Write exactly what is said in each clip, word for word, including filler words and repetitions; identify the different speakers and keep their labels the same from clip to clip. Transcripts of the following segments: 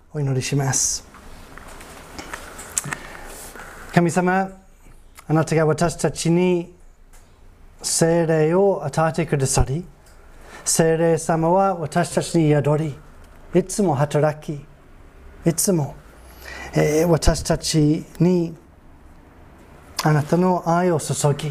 Speaker 1: お祈りします。神様、あなたが私たちに聖霊を与えてくださり、聖霊様は私たちに宿り、いつも働き、いつも、えー、私たちにあなたの愛を注ぎ、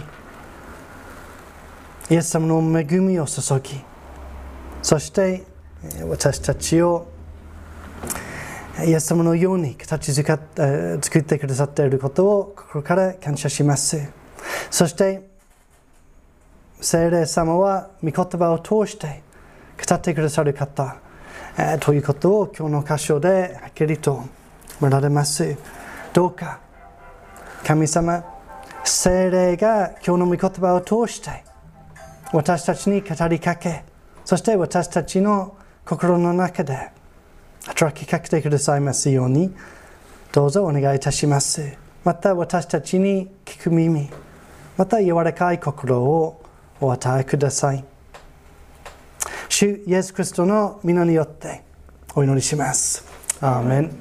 Speaker 1: イエス様の恵みを注ぎ、そして私たちをイエス様のように形作ってくださっていることを心から感謝します。そして聖霊様は御言葉を通して語ってくださる方、えー、ということを今日の箇所ではっきりと見られます。どうか神様、聖霊が今日の御言葉を通して私たちに語りかけ、そして私たちの心の中で働きかけてくださいますように、どうぞお願いいたします。また私たちに聞く耳、また柔らかい心をお与えください。主イエス・キリストの皆によってお祈りします。アーメン。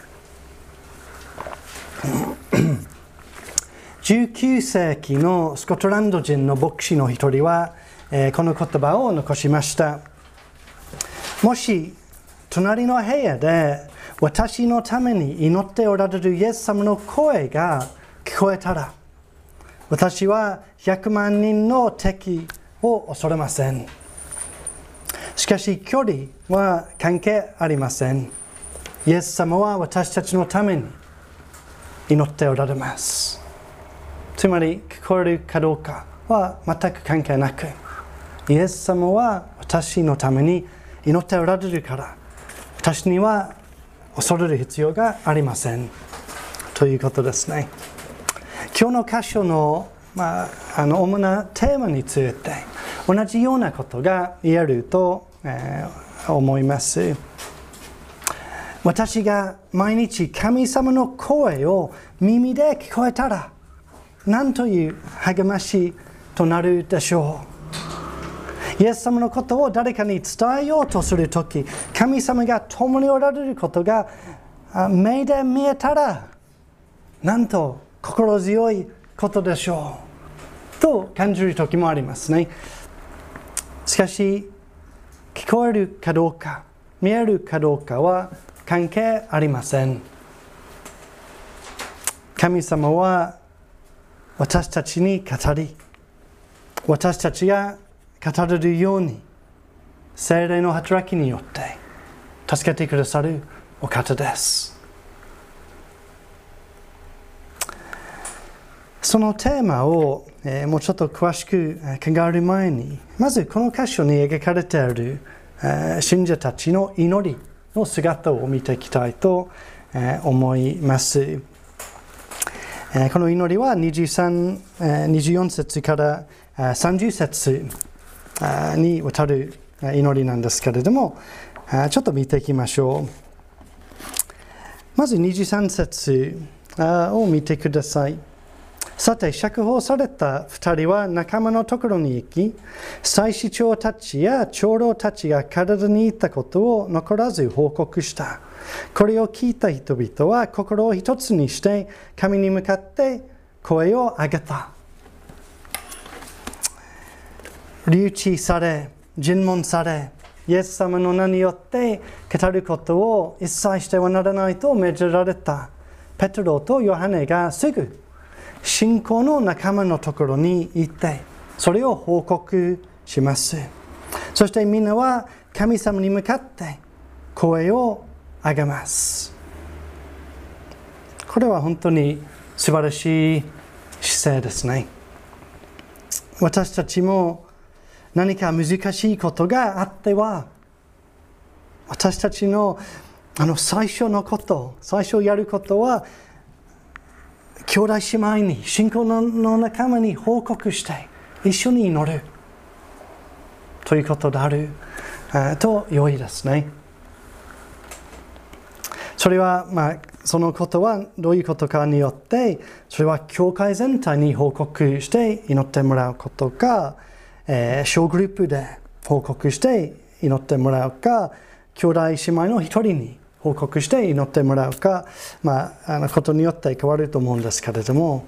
Speaker 1: じゅうきゅう世紀のスコットランド人の牧師の一人は、えー、この言葉を残しました。もし隣の部屋で私のために祈っておられるイエス様の声が聞こえたら、私はひゃくまん人の敵を恐れません。しかし距離は関係ありません。イエス様は私たちのために祈っておられます。つまり聞こえるかどうかは全く関係なく、イエス様は私のために祈っておられるから、私には恐れる必要がありませんということですね。今日の箇所の、まあ、あの主なテーマについて同じようなことが言えると、えー、思います。私が毎日神様の声を耳で聞こえたら、何という励ましとなるでしょう。イエス様のことを誰かに伝えようとするとき、神様が共におられることが目で見えたら、なんと心強いことでしょうと感じるときもありますね。しかし、聞こえるかどうか、見えるかどうかは関係ありません。神様は私たちに語り、私たちが語れるように聖霊の働きによって助けてくださるお方です。そのテーマを、えー、もうちょっと詳しく考える前に、まずこの箇所に描かれている、えー、信者たちの祈りの姿を見ていきたいと、えー、思います。この祈りはにじゅうさん、にじゅうよん節からさんじゅう節にわたる祈りなんですけれども、ちょっと見ていきましょう。まずにじゅうさん節を見てください。さて、釈放された二人は仲間のところに行き、祭司長たちや長老たちが体に言ったことを残らず報告した。これを聞いた人々は心を一つにして神に向かって声を上げた。留置され、尋問され、イエス様の名によって語ることを一切してはならないと命じられたペテロとヨハネがすぐ信仰の仲間のところに行ってそれを報告します。そしてみんなは神様に向かって声を上げます。これは本当に素晴らしい姿勢ですね。私たちも何か難しいことがあっては、私たちのあの最初のこと、最初やることは、兄弟姉妹に、信仰の仲間に報告して、一緒に祈るということであると良いですね。それは、まあ、そのことはどういうことかによって、それは教会全体に報告して祈ってもらうことか、えー、小グループで報告して祈ってもらうか、兄弟姉妹の一人に報告して祈ってもらうか、まあ、あのことによって変わると思うんですけれども、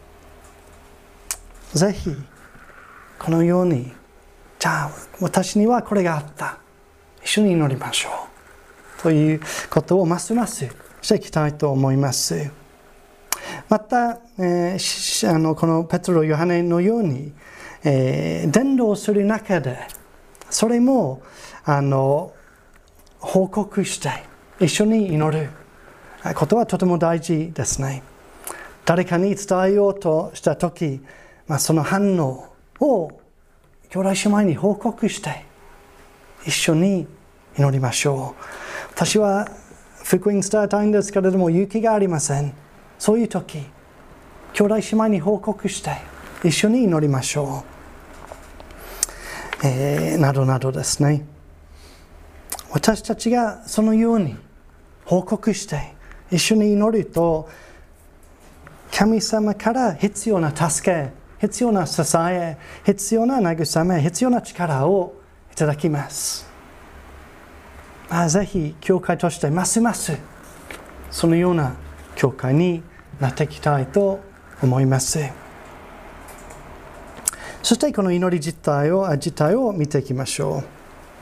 Speaker 1: ぜひこのように、じゃあ私にはこれがあった、一緒に祈りましょうということをますますしていきたいと思います。また、えー、あのこのペテロ・ヨハネのように、えー、伝道する中でそれもあの報告して一緒に祈ることはとても大事ですね。誰かに伝えようとしたとき、まあ、その反応を兄弟姉妹に報告して一緒に祈りましょう。私は福音伝えたいんですけれども勇気がありません。そういう時、兄弟姉妹に報告して一緒に祈りましょう、えー、などなどですね。私たちがそのように報告して一緒に祈ると、神様から必要な助け、必要な支え、必要な慰め、必要な力をいただきます。まあ、ぜひ教会としてますますそのような教会になっていきたいと思います。そしてこの祈り実態を、実態を見ていきましょう。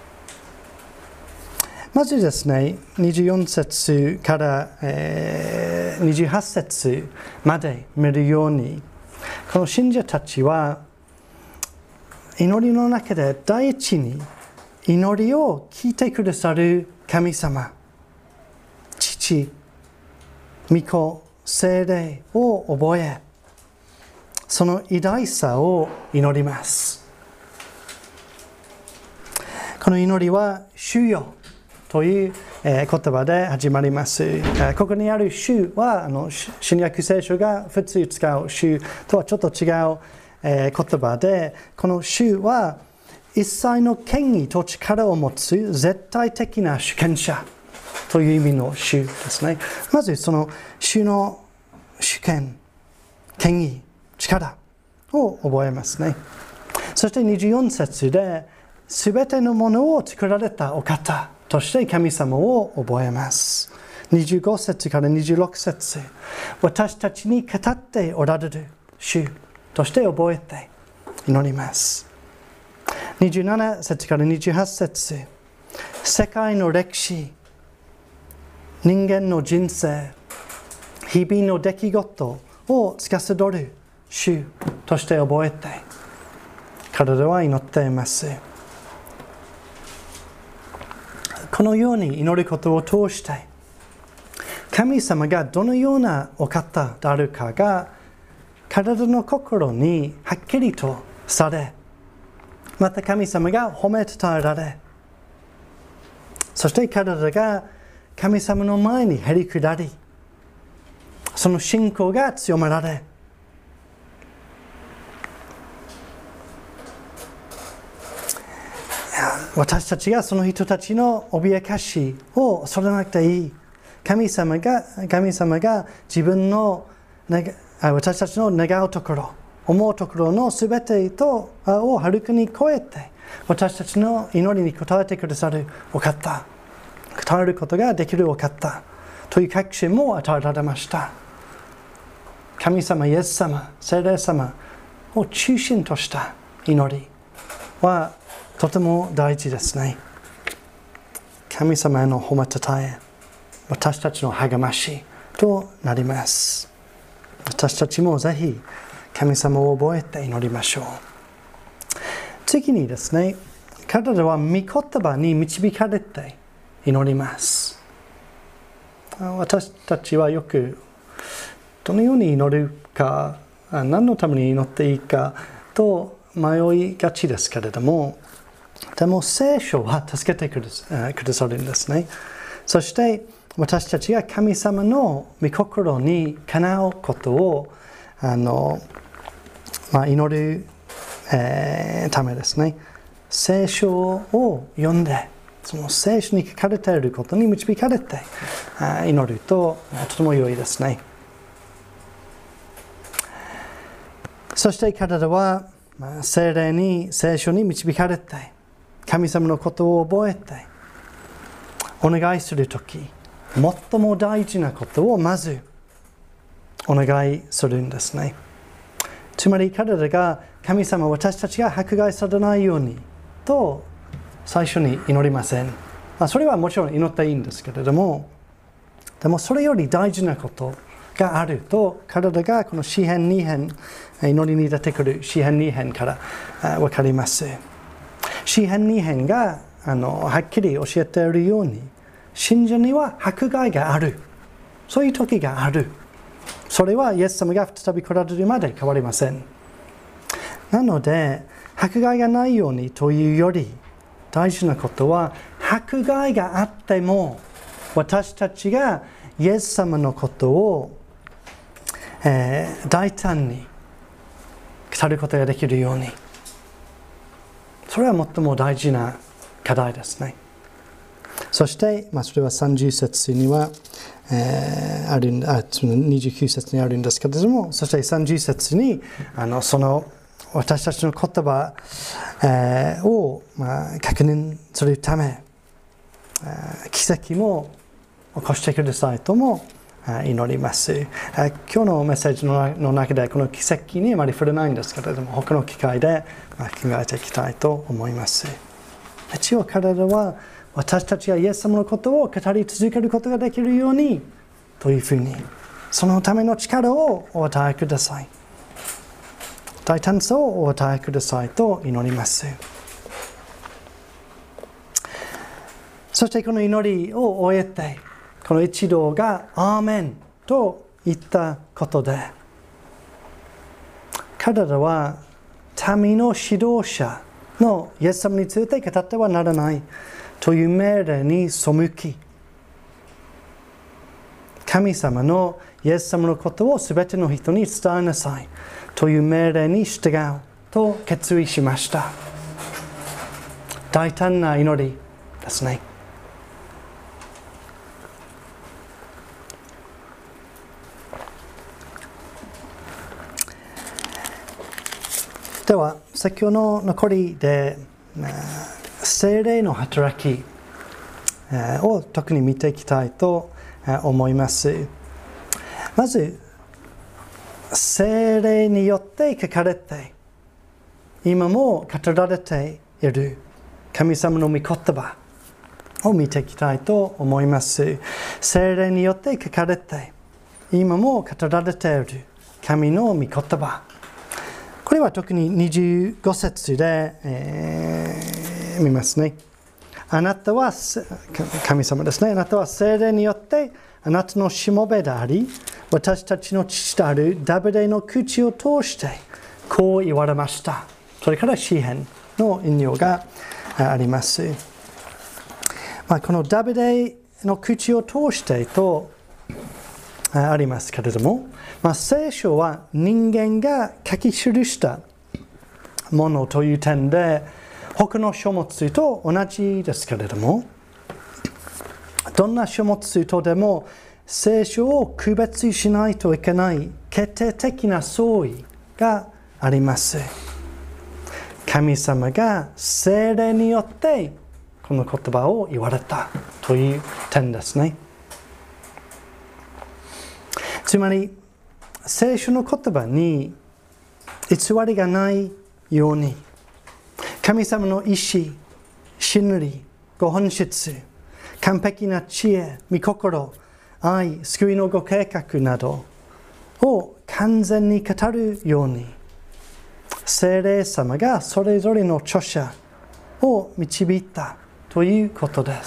Speaker 1: まずですね、にじゅうよん節から、えー、にじゅうはち節まで見るように、この信者たちは祈りの中で第一に祈りを聞いてくださる神様、父、御子、聖霊を覚え、その偉大さを祈ります。この祈りは主よという言葉で始まります。ここにある主はあの新約聖書が普通使う主とはちょっと違う言葉で、この主は一切の権威と力を持つ絶対的な主権者という意味の主ですね。まずその主の主権、権威、力を覚えますね。そしてにじゅうよん節で、すべてのものを作られたお方として神様を覚えます。にじゅうご節からにじゅうろく節、私たちに語っておられる主として覚えて祈ります。にじゅうなな節からにじゅうはち節、世界の歴史、人間の人生、日々の出来事を司る主として覚えて、彼らは祈っています。このように祈ることを通して、神様がどのようなお方であるかが、彼らの心にはっきりとされ、また神様が褒めたたえられ、そして彼らが神様の前にへり下り、その信仰が強められ、私たちがその人たちの脅かしを恐れなくていい。神様が、神様が自分の私たちの願うところ、思うところのすべてとをはるかに超えて、私たちの祈りに応えてくださるお方、応えることができるお方という確信も与えられました。神様、イエス様、聖霊様を中心とした祈りはとても大事ですね。神様への褒めたたえ、私たちの励ましとなります。私たちもぜひ神様を覚えて祈りましょう。次にですね、彼らは御言葉に導かれて祈ります。私たちはよくどのように祈るか、何のために祈っていいかと迷いがちですけれども、でも聖書は助けてくださるんですね。そして私たちが神様の御心にかなうことをあの、まあ、祈る、えー、ためですね。聖書を読んで、その聖書に書かれていることに導かれて祈るととても良いですね。そして彼らは聖霊に、聖書に導かれて、神様のことを覚えて、お願いするとき、 最も大事なことをまずお願いするんですね。つまり彼らが神様、私たちが迫害されないようにと最初に祈りません。まあ、それはもちろん祈っていいんですけれども、でもそれより大事なことがあると彼らがこの詩編に編、祈りに出てくる詩編に編から分かります。詩編に編があのはっきり教えているように、信者には迫害がある。そういう時がある。それはイエス様が再び来られるまで変わりません。なので、迫害がないようにというより、大事なことは、迫害があっても、私たちがイエス様のことを、えー、大胆に語ることができるように。それは最も大事な課題ですね。そして、まあ、それはさんじゅう節には、えー、あるあにじゅうきゅう節にあるんですけれども、そしてさんじゅう節にあのその私たちの言葉、えー、を、まあ、確認するため、えー、奇跡も起こしてくださいとも祈ります。えー、今日のメッセージ の, の中でこの奇跡にあまり触れないんですけれども、他の機会で、まあ、考えていきたいと思います。一応彼らは私たちがイエス様のことを語り続けることができるようにというふうに、そのための力をお与えください。大胆さをお与えくださいと祈ります。そしてこの祈りを終えて、この一同がアーメンと言ったことで、彼らは民の指導者のイエス様について語ってはならないという命令に背き、神様のイエス様のことをすべての人に伝えなさいという命令に従うと決意しました。大胆な祈りですね。では、先ほどの残りで、聖霊の働きを特に見ていきたいと思います。まず、聖霊によって書かれて、今も語られている神様の御言葉を見ていきたいと思います。聖霊によって書かれて、今も語られている神の御言葉。これは特ににじゅうご節で、えー、見ますね。あなたは、神様ですね。あなたは聖霊によってあなたのしもべであり、私たちの父であるダビデの口を通してこう言われました。それから詩編の引用があります。まあ、このダビデの口を通してとありますけれども、まあ、聖書は人間が書き記したものという点で他の書物と同じですけれども、どんな書物とでも聖書を区別しないといけない決定的な相違があります。神様が聖霊によってこの言葉を言われたという点ですね。つまり聖書の言葉に偽りがないように、神様の意志、真理、ご本質、完璧な知恵、御心、愛、救いのご計画などを完全に語るように、聖霊様がそれぞれの著者を導いたということです。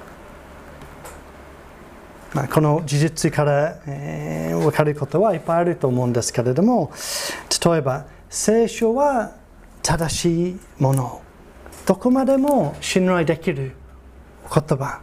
Speaker 1: まあ、この事実から、えー、分かることはいっぱいあると思うんですけれども、例えば聖書は正しいもの、どこまでも信頼できる言葉、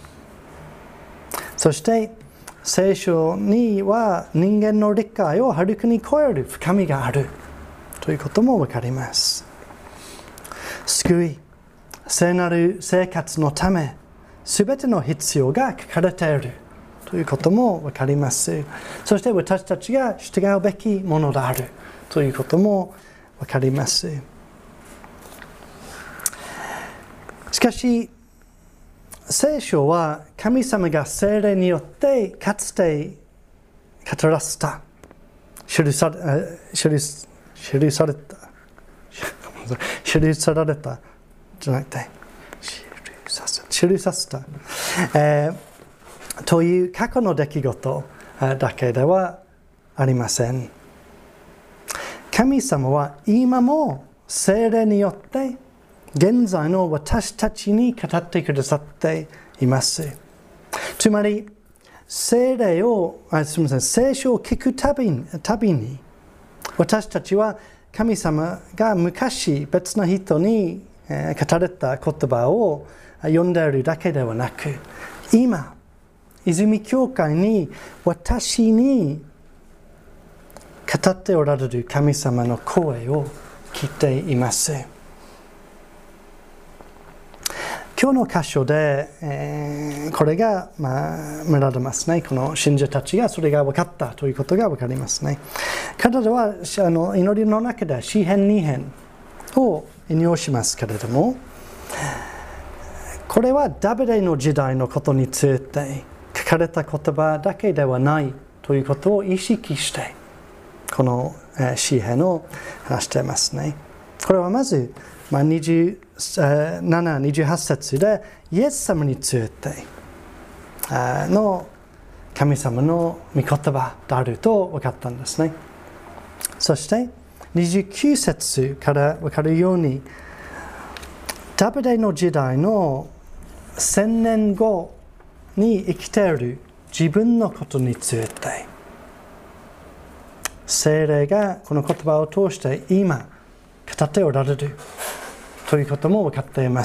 Speaker 1: そして聖書には人間の理解をはるかに超える深みがあるということも分かります。救い、聖なる生活のため、すべての必要が書かれているということも分かります。そして私たちが従うべきものであるということも分かります。しかし、 聖書は神様が聖霊によってかつて語らせた、記され、記記された、記されたじゃなくて、記させた、記させた、えー、という過去の出来事だけではありません。神様は今も聖霊によって現在の私たちに語ってくださっています。つまり、聖霊を、あ、すみません、聖書を聞くたびに、たびに私たちは神様が昔別の人に語られた言葉を読んでいるだけではなく、今、泉教会に私に語っておられる神様の声を聞いています。今日の箇所で、えー、これが、まあ、見られますね。この信者たちがそれが分かったということが分かりますね。彼らはあの祈りの中で詩編に編を引用しますけれども、これはダビデの時代のことについて書かれた言葉だけではないということを意識してこの詩編を話していますね。これはまず、まあ、にじゅうなな、にじゅうはち節でイエス様についての神様の御言葉であると分かったんですね。そしてにじゅうきゅう節から分かるように、ダビデの時代の千年後に生きている自分のことについて、聖霊がこの言葉を通して今語っておられるということも分かっています。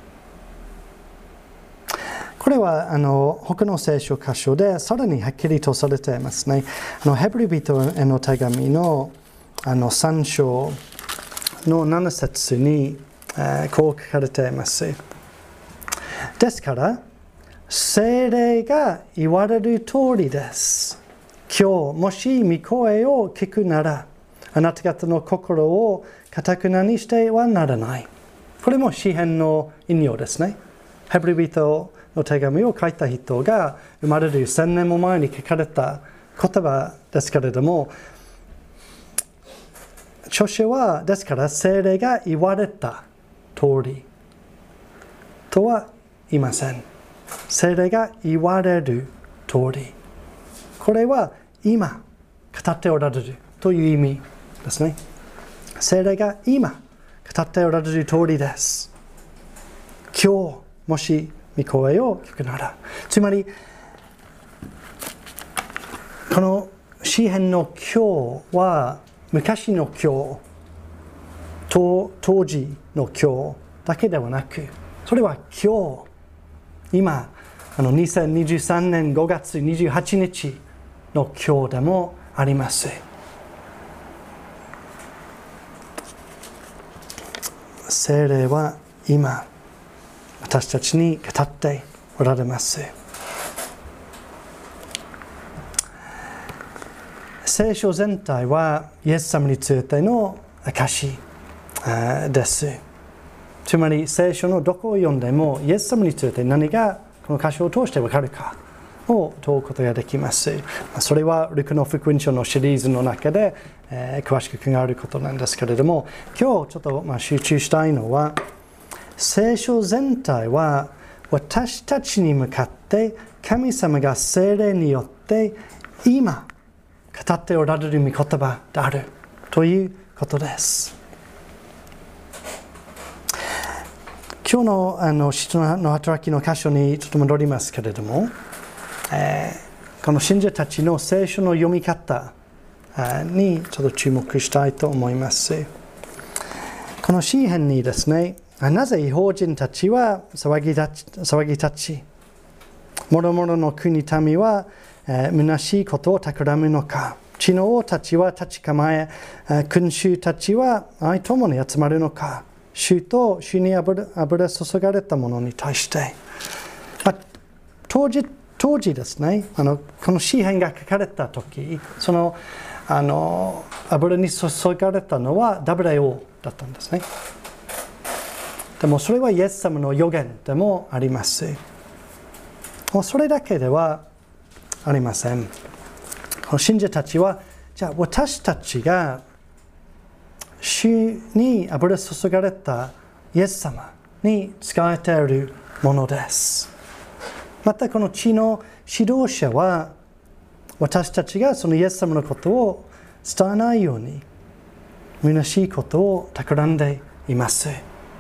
Speaker 1: これはあの他の聖書箇所でさらにはっきりとされていますね。あのヘブル人への手紙のあのさん章のなな節に、えー、こう書かれています。ですから、聖霊が言われる通りです。今日もし御声を聞くなら、あなた方の心を堅くなにしてはならない。これも詩編の引用ですね。ヘブル人の手紙を書いた人が生まれる千年も前に書かれた言葉ですけれども、著者はですから聖霊が言われた通りとは言いません。聖霊が言われる通り。これは今語っておられるという意味ですね。聖霊が今語っておられる通りです。今日もし御声を聞くなら、つまりこの詩編の今日は昔の今日と当時の今日だけではなく、それは今日今あのにせんにじゅうさんねんごがつにじゅうはちにちの今日でもあります。聖霊は今私たちに語っておられます。聖書全体はイエス様についての証です。つまり聖書のどこを読んでもイエス様について何がこの箇所を通して分かるかを問うことができます。それはルカの福音書のシリーズの中で、えー、詳しく考えることなんですけれども、今日ちょっとまあ集中したいのは、聖書全体は私たちに向かって神様が聖霊によって今語っておられる御言葉であるということです。今日のあの使徒の働きの箇所にちょっと戻りますけれども、えー、この信者たちの聖書の読み方にちょっと注目したいと思います。この詩編にですね、なぜ異邦人たちは騒ぎ立ち、騒ぎ立ち、もろもろの国民は、えー、虚しいことを企むのか、地の王たちは立ち構え、君主たちは愛ともに集まるのか、主と主に油注がれたものに対して、まあ、当時当時ですね、あのこの詩編が書かれた時、そのあの油に注がれたのはダビデ王だったんですね。 でもそれはイエス様の予言でもあります。もうそれだけではありません。信者たちは、じゃあ私たちが主に油注がれたイエス様に仕えているものです。またこの地の指導者は、私たちがそのイエス様のことを伝えないように、虚しいことを企んでいます。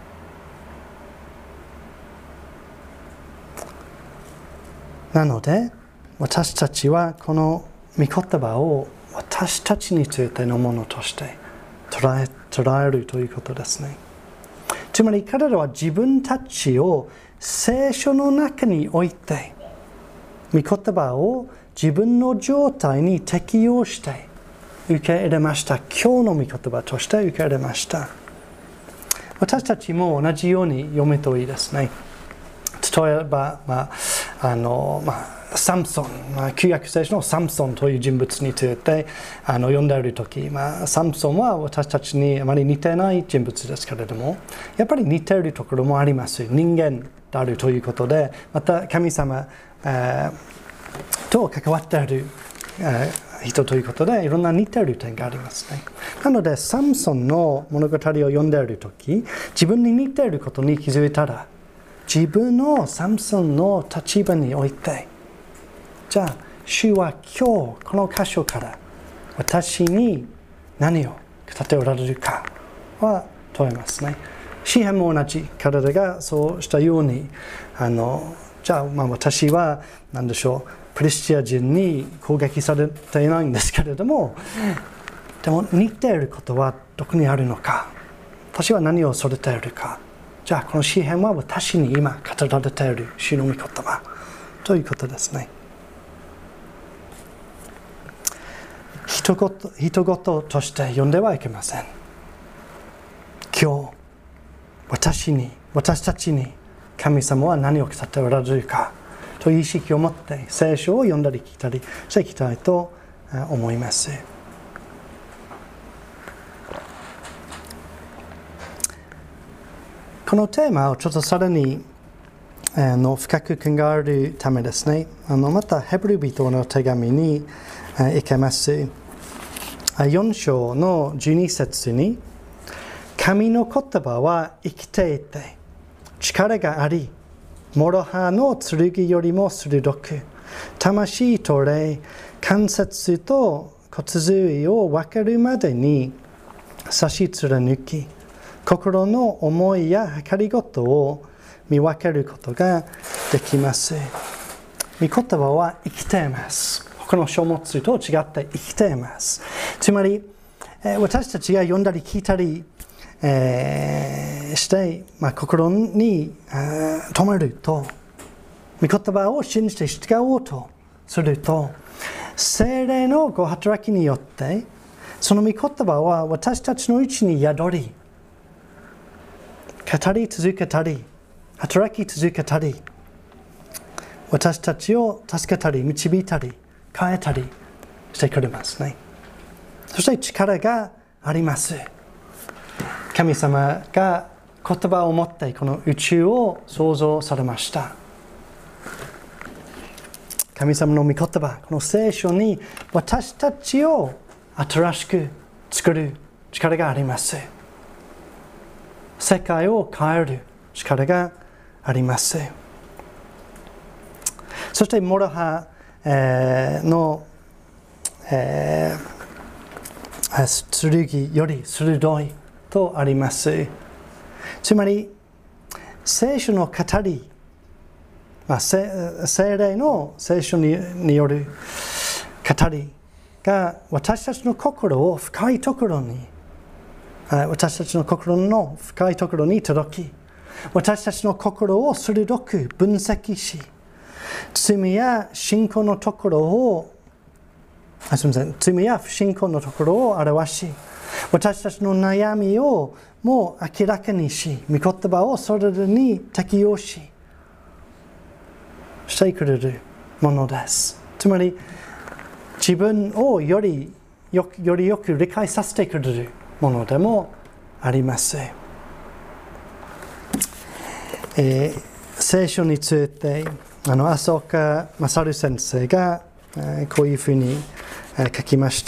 Speaker 1: なので、私たちはこの御言葉を私たちについてのものとして捉え、捉えるということですね。つまり彼らは自分たちを聖書の中において、御言葉を自分の状態に適用して受け入れました。今日の御言葉として受け入れました。私たちも同じように読むといいですね。例えば、まああのまあ、サムソン、まあ、旧約聖書のサムソンという人物についてあの読んでいるとき、まあ、サムソンは私たちにあまり似てない人物ですけれども、やっぱり似ているところもあります。人間であるということで、また神様、えー、と関わっている、えー、人ということで、いろんな似ている点がありますね。なので、サムソンの物語を読んでいるとき、自分に似ていることに気づいたら、自分のサムソンの立場において、じゃあ、主は今日この箇所から私に何を語っておられるかは問えますね。詩篇も同じ。彼らがそうしたように、あのじゃあ、まあ、私は何でしょう、プレスチア人に攻撃されていないんですけれども、でも似ていることはどこにあるのか、私は何をされているか。じゃあこの詩篇は私に今語られている主の御言葉ということですね。人ごと、人ごととして読んではいけません。今日私に、私たちに神様は何を語っておられるかという意識を持って聖書を読んだり聞いたりしていきたいと思います。このテーマをちょっとさらにあの深く考えるためですね、あのまたヘブル人の手紙に行けます。よん章のじゅうに節に、神の言葉は生きていて力があり、諸刃の剣よりも鋭く、魂と霊、関節と骨髄を分けるまでに差し貫き、心の思いや計りごとを見分けることができます。御言葉は生きています。他の書物と違って生きています。つまり、私たちが読んだり聞いたり、えー、して、まあ、心に留めると、御言葉を信じて従おうとすると、聖霊のご働きによって、その御言葉は私たちのうちに宿り、語り続けたり、働き続けたり、私たちを助けたり、導いたり、変えたりしてくれますね。そして力があります。神様が言葉を持ってこの宇宙を創造されました。神様の御言葉、この聖書に私たちを新しく作る力があります。世界を変える力があります。そして諸刃、えー、の、えー、剣より鋭いとあります。つまり聖書の語り、まあ、聖霊の聖書 に, による語りが私たちの心を深いところに私たちの心の深いところに届き、私たちの心を鋭く分析し、罪や信仰のところをあすみません罪や不信仰のところを表し、私たちの悩みをもう明らかにし、御言葉をそれに適用ししてくれるものです。つまり自分をよりよく、よりよく理解させてくれるものでもあります。 えー、聖書についてあの浅岡勝先生が、えー、こういうふうに、えー、書きました。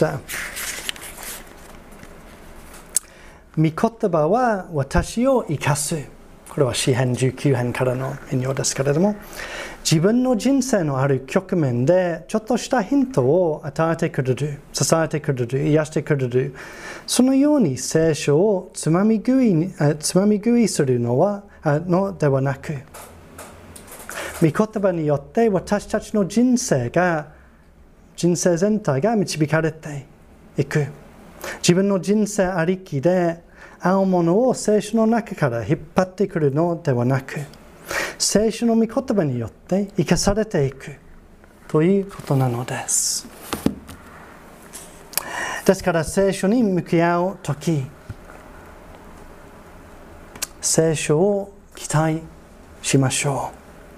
Speaker 1: 御言葉は私を生かす。これは詩編じゅうきゅう編からの引用ですけれども、自分の人生のある局面でちょっとしたヒントを与えてくれる、支えてくれる、癒してくれる。そのように聖書をつまみ食いに、つまみ食いするのはのではなく、御言葉によって私たちの人生が、人生全体が導かれていく。自分の人生ありきで合うものを聖書の中から引っ張ってくるのではなく、聖書の御言葉によって生かされていくということなのです。ですから聖書に向き合うとき、聖書を期待しましょう。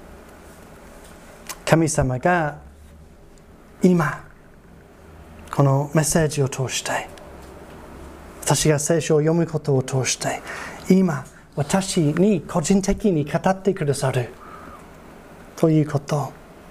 Speaker 1: 神様が今このメッセージを通して、私が聖書を読むことを通して今私に個人的に語ってくださるということ、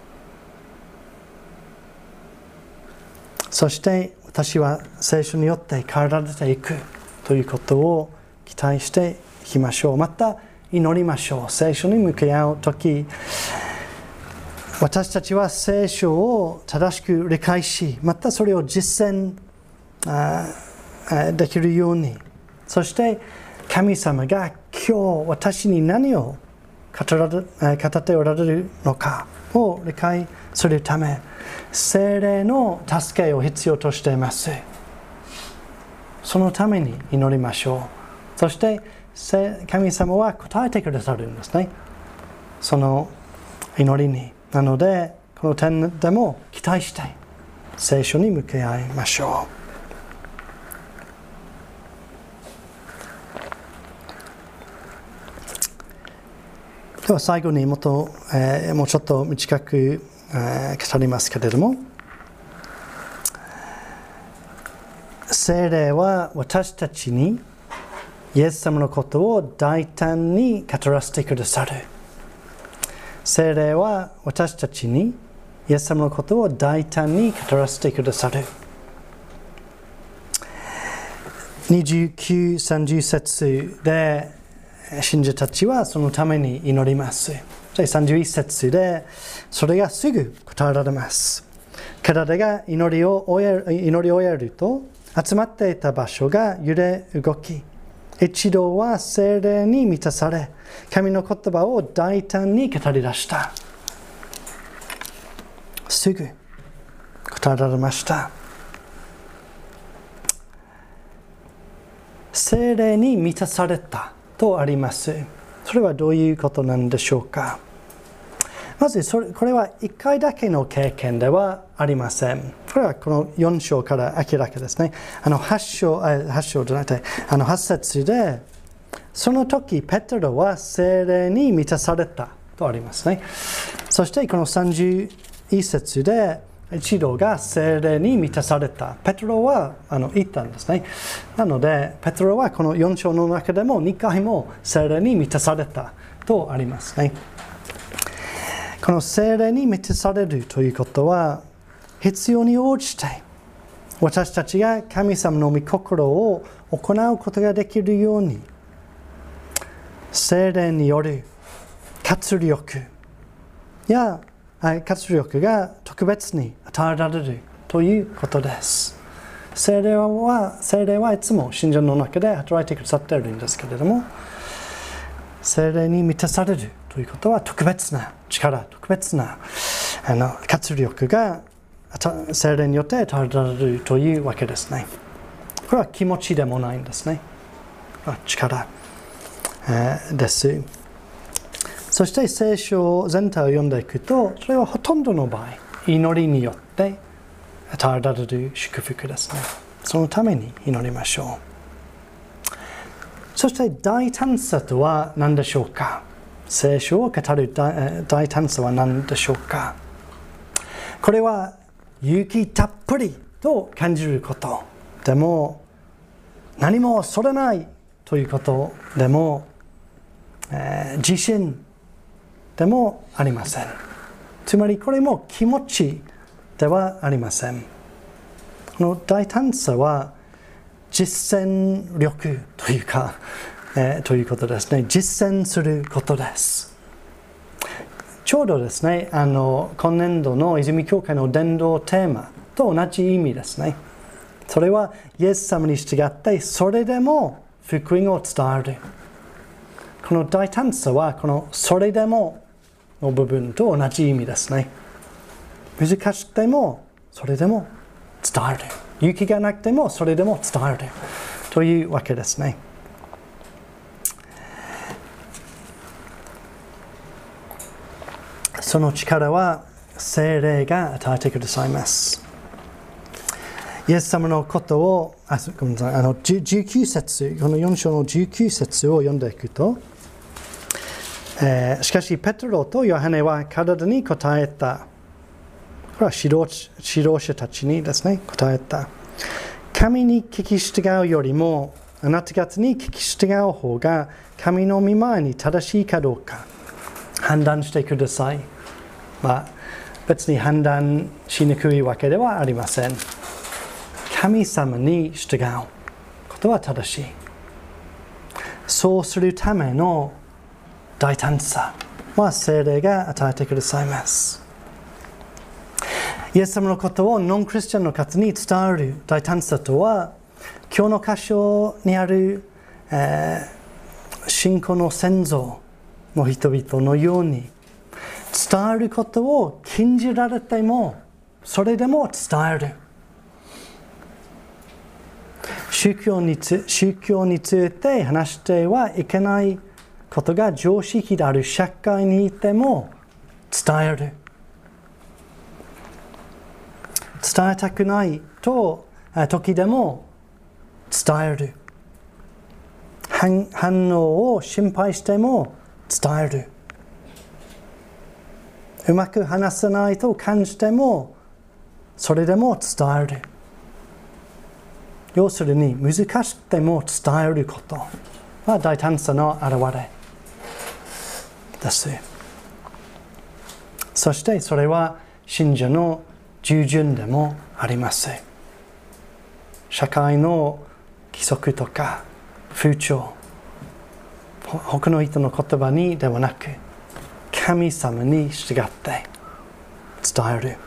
Speaker 1: そして私は聖書によって変えられていくということを期待していきましょう。また祈りましょう。聖書に向き合うとき、私たちは聖書を正しく理解し、またそれを実践できるように、そして神様が今日私に何を語られ、語っておられるのかを理解するため、聖霊の助けを必要としています。そのために祈りましょう。そして神様は答えてくださるんですね、その祈りに。なのでこの点でも期待して聖書に向き合いましょう。では最後にもっと、えー、もうちょっと短く、えー、語りますけれども、聖霊は私たちにイエス様のことを大胆に語らせてくださる。聖霊は私たちにイエス様のことを大胆に語らせてくださる。にじゅうきゅう、さんじゅう節で信者たちはそのために祈ります。さんじゅういち節でそれがすぐ答えられます。体が祈りを終える、祈りを終えると集まっていた場所が揺れ動き、一同は聖霊に満たされ、神の言葉を大胆に語り出した。すぐ答えられました。聖霊に満たされたとあります。それはどういうことなんでしょうか。まずそれこれはいっかいだけの経験ではありません。これはこのよん章から明らかですね。あのはち章、はち章じゃなくて、あのはち節で、その時ペテロは聖霊に満たされたとありますね。そしてこのさんじゅういち節で、一同が聖霊に満たされた。ペテロはあの言ったんですね。なので、ペテロはこのよん章の中でもにかいも聖霊に満たされたとありますね。この聖霊に満たされるということは、必要に応じて私たちが神様の御心を行うことができるように、聖霊による活力や活力が特別に与えられるということです。聖霊は、聖霊はいつも信者の中で働いてくださっているんですけれども、聖霊に満たされるということは特別な力、特別なあの活力が聖霊によって与えられるというわけですね。これは気持ちでもないんですね。力、えー、です。そして聖書全体を読んでいくと、それはほとんどの場合、祈りによって与えられる祝福ですね。そのために祈りましょう。そして大胆さとは何でしょうか。聖書を語る大胆さは何でしょうか。これは勇気たっぷりと感じること。でも何も恐れないということでも、えー、自信でもありません。つまりこれも気持ちではありません。この大胆さは実践力というか、えー、ということですね。実践することです。ちょうどですね、あの今年度の泉教会の伝道テーマと同じ意味ですね。それはイエス様に従ってそれでも福音を伝える。この大胆さはこのそれでもの部分と同じ意味ですね。難しくてもそれでも伝える。勇気がなくてもそれでも伝えるというわけですね。その力は聖霊が与えてくださいます。イエス様のことを、あ、ごめんなさい、あのじゅうきゅう節、このよん章のじゅうきゅう節を読んでいくと、えー、しかしペテロとヨハネは体に答えた。これは指導、指導者たちにですね、答えた。神に聞き従うよりも、あなた方に聞き従う方が、神の御前に正しいかどうか、判断してください。まあ、別に判断しにくいわけではありません。神様に従うことは正しい。そうするための大胆さは聖霊が与えてくださいます。イエス様のことをノンクリスチャンの方に伝える大胆さとは、今日の箇所にある、えー、信仰の先祖の人々のように、伝えることを禁じられても、それでも伝える。宗教につ、宗教について話してはいけないことが常識である社会にいても伝える。伝えたくないと時でも伝える。反、反応を心配しても伝える。うまく話せないと感じてもそれでも伝える。要するに難しくても伝えることは大胆さの表れです。そしてそれは信者の従順でもあります。社会の規則とか風潮、他の人の言葉にではなく、神様に従って伝える。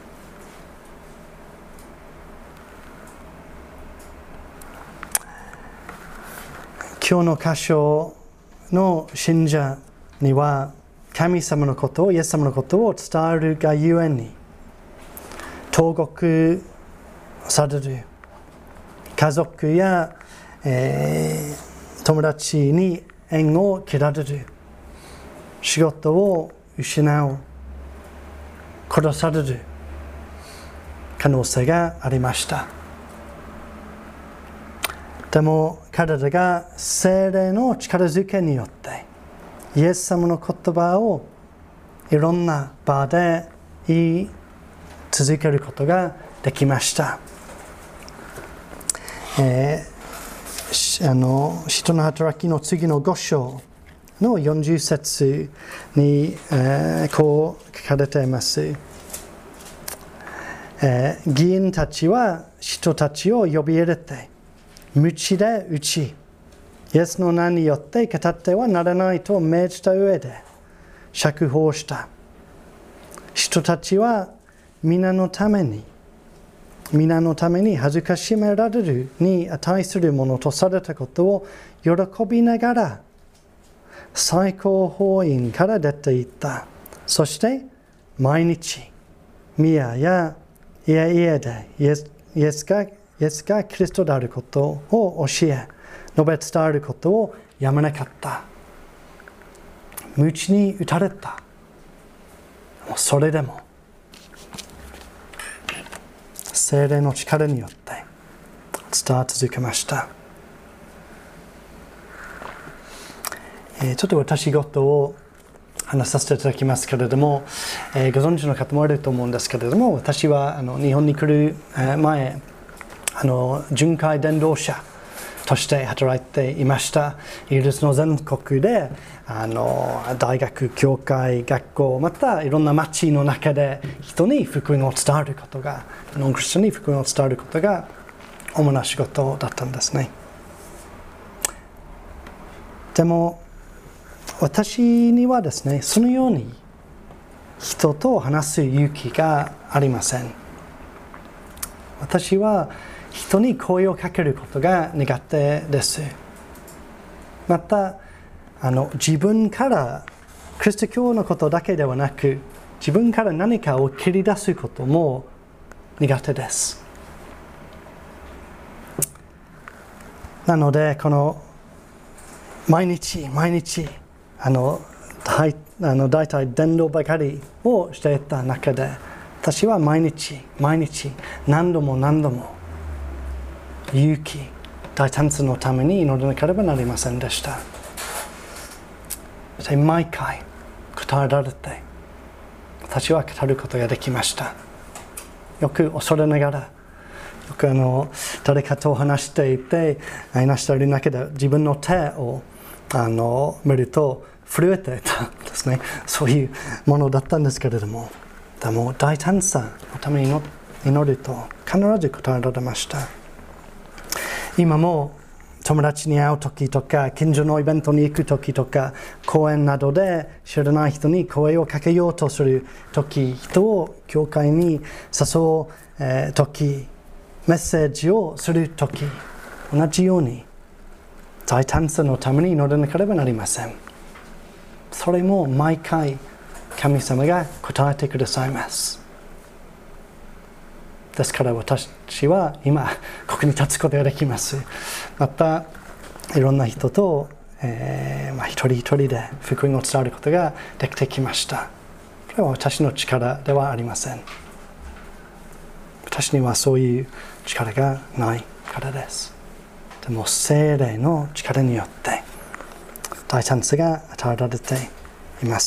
Speaker 1: 今日の箇所の信者には、神様のことを、イエス様のことを伝えるがゆえに、投獄される。家族や、えー、友達に縁を切られる。仕事を失う。殺される可能性がありました。でも彼らが聖霊の力づけによってイエス様の言葉をいろんな場で言い続けることができました。えー、あの使徒の働きの次のご章のよんじゅう節に、えー、こう書かれています。えー、議員たちは人たちを呼び入れて鞭で打ち、イエスの名によって語ってはならないと命じた上で釈放した。人たちは皆のために皆のために恥ずかしめられるに値するものとされたことを喜びながら最高法院から出て行った。そして毎日宮や家々でイエス、イエスがイエスがキリストであることを教え、述べ伝えることをやめなかった。鞭に打たれた。それでも聖霊の力によって伝わ続けました。えー、ちょっと私事を話させていただきますけれども、えー、ご存知の方もいると思うんですけれども、私はあの日本に来る前、あの巡回伝道者として働いていました。イギリスの全国であの大学、教会、学校、またいろんな町の中で人に福音を伝えることが、ノンクリスチャンに福音を伝えることが主な仕事だったんですね。でも私にはですね、そのように人と話す勇気がありません。私は人に声をかけることが苦手です。またあの自分からキリスト教のことだけではなく、自分から何かを切り出すことも苦手です。なのでこの毎日毎日あの大あの大体伝道ばかりをしていた中で、私は毎日毎日何度も何度も勇気、大胆さのために祈らなければなりませんでした。毎回答えられて、私は語ることができました。よく恐れながら、よくあの誰かと話していて、話している中で自分の手をあの見ると震えていたんですね。そういうものだったんですけれども、でも大胆さのために祈ると必ず答えられました。今も友達に会う時とか、近所のイベントに行く時とか、公園などで知らない人に声をかけようとする時、人を教会に誘う、えー、時、メッセージをする時、同じように大胆さのために祈らなければなりません。それも毎回神様が答えてくださいます。ですから私は今ここに立つことができます。またいろんな人と、えーまあ、一人一人で福音を伝えることができてきました。これは私の力ではありません。私にはそういう力がないからです。でも聖霊の力によって大チャンスが与えられています。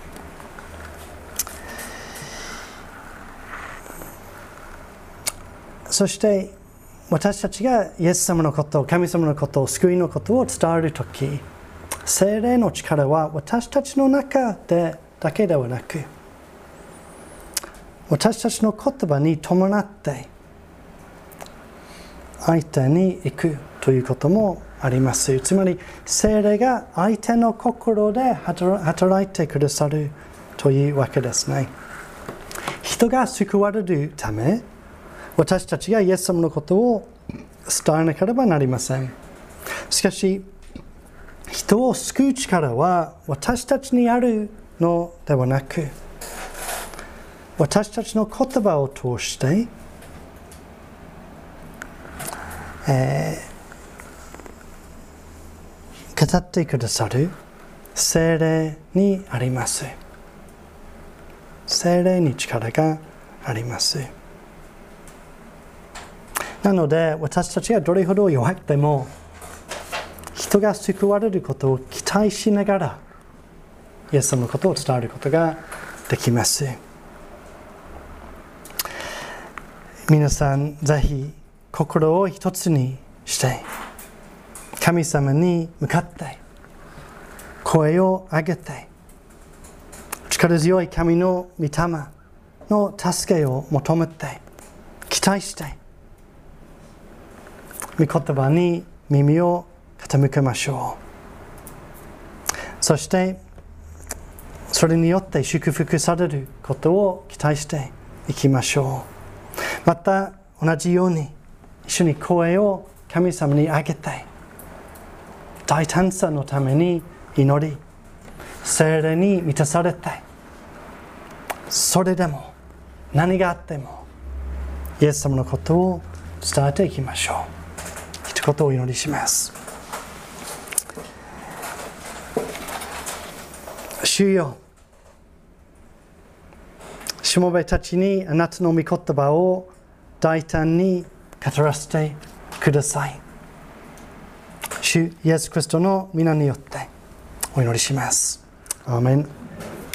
Speaker 1: そして私たちがイエス様のこと、神様のこと、救いのことを伝えるとき、聖霊の力は私たちの中でだけではなく、私たちの言葉に伴って相手に行くということもあります。つまり聖霊が相手の心で働いてくださるというわけですね。人が救われるため、私たちがイエス様のことを伝えなければなりません。しかし、人を救う力は私たちにあるのではなく、私たちの言葉を通して、えー、語ってくださる聖霊にあります。聖霊に力があります。なので私たちがどれほど弱くても人が救われることを期待しながらイエス様のことを伝えることができます。皆さんぜひ心を一つにして神様に向かって声を上げて力強い神の御霊の助けを求めて期待して御言葉に耳を傾けましょう。そしてそれによって祝福されることを期待していきましょう。また同じように一緒に声を神様に上げて大胆さのために祈り聖霊に満たされて、それでも何があってもイエス様のことを伝えていきましょう。一言お祈りします。主よ、しもべたちにあなたの御言葉を大胆に語らせてください。主イエス・キリストの皆によってお祈りします。アーメン。